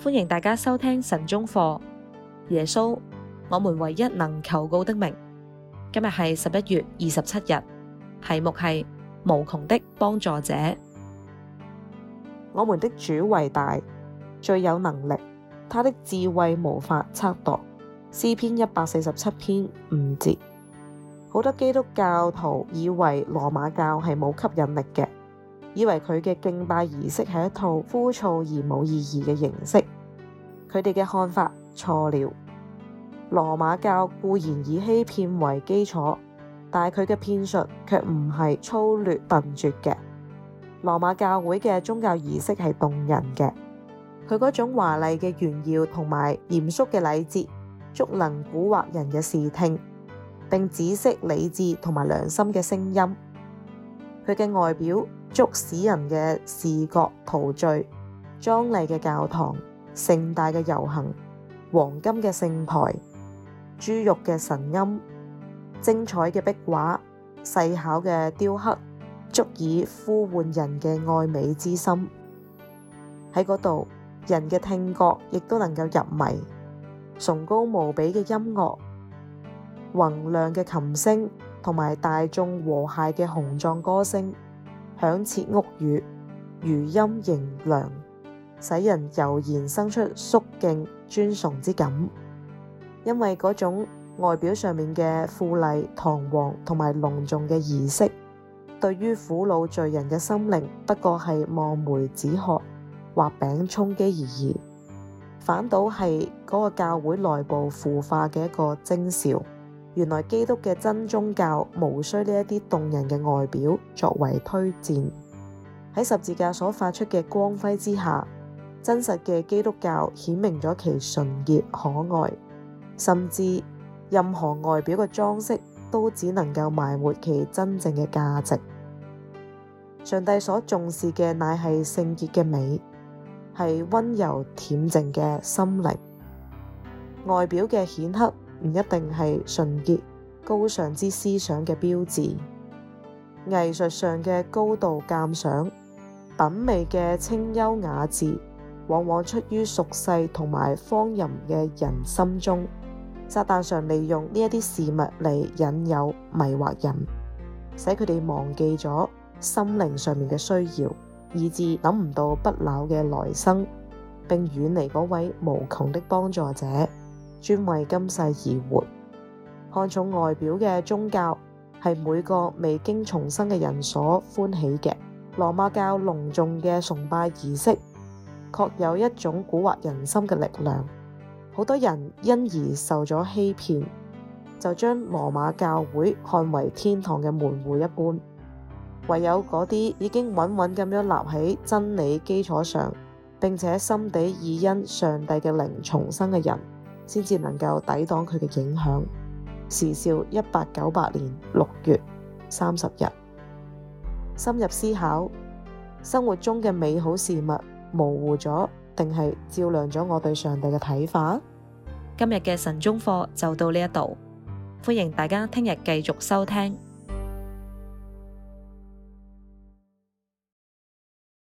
歡迎大家收聽晨鐘課。耶穌，我們唯一能求告的名。今日係11月27日，題目係無窮的幫助者。 我們的主偉大，最有能力，他的智慧無法測度。詩篇147篇5節。好多基督教徒以為羅馬教係冇吸引力嘅，以為佢嘅敬拜儀式係一套枯燥而冇意義嘅形式。佢哋嘅看法錯了。羅馬教固然以欺騙為基礎，但係佢嘅騙術卻唔係粗劣笨拙嘅。羅馬教會嘅宗教儀式係動人嘅，佢嗰種華麗嘅炫耀同埋嚴肅嘅禮節，足能蠱惑人嘅視聽，並止息理智同埋良心嘅聲音。佢嘅外表足使人嘅視覺陶醉，莊麗嘅教堂、盛大嘅遊行、黃金嘅聖台、豬肉嘅神龕、精彩嘅壁畫、細巧嘅雕刻，足以呼喚人嘅愛美之心。喺嗰度，人嘅聽覺亦都能夠入迷，崇高無比嘅音樂、宏亮嘅琴聲同埋大眾和諧嘅雄壯歌聲，響徹屋宇，餘音盈亮，使人油然生出肅敬尊崇之感。因為嗰種外表上面嘅富麗堂皇同埋隆重嘅儀式，對於苦惱罪人嘅心靈不過係望梅止渴、畫餅充飢而已，反倒係嗰個教會內部腐化嘅一個徵兆。原來基督嘅真宗教無需呢一啲動人嘅外表作為推薦。喺十字架所發出嘅光輝之下，真實嘅基督教顯明咗其純潔可愛，甚至任何外表嘅裝飾都只能夠埋沒其真正嘅價值。上帝所重視嘅乃係聖潔嘅美，係溫柔恬靜嘅心靈。外表嘅顯赫唔一定係純潔高尚之思想嘅標誌，藝術上嘅高度鑑賞、品味嘅清幽雅致，往往出於俗世同埋荒淫嘅人心中。撒旦常利用呢一啲事物嚟引誘迷惑人，使佢哋忘記咗心靈上面嘅需要，以致諗唔到不朽嘅來生，並遠離嗰位無窮的幫助者，專為今世而活。看重外表嘅宗教係每個未經重生嘅人所歡喜嘅。羅馬教隆重嘅崇拜儀式確有一種蠱惑人心嘅力量，好多人因而受咗欺騙，就將羅馬教會看為天堂嘅門戶一般。唯有嗰啲已經穩穩咁樣立喺真理基礎上，並且心底已因上帝嘅靈重生嘅人，先至能夠抵擋佢嘅影響。時兆1898年6月30日。深入思考，生活中嘅美好事物模糊咗，定係照亮咗我對上帝嘅睇法？ 今日嘅晨鐘課就到呢一度，歡迎大家聽日繼續收聽。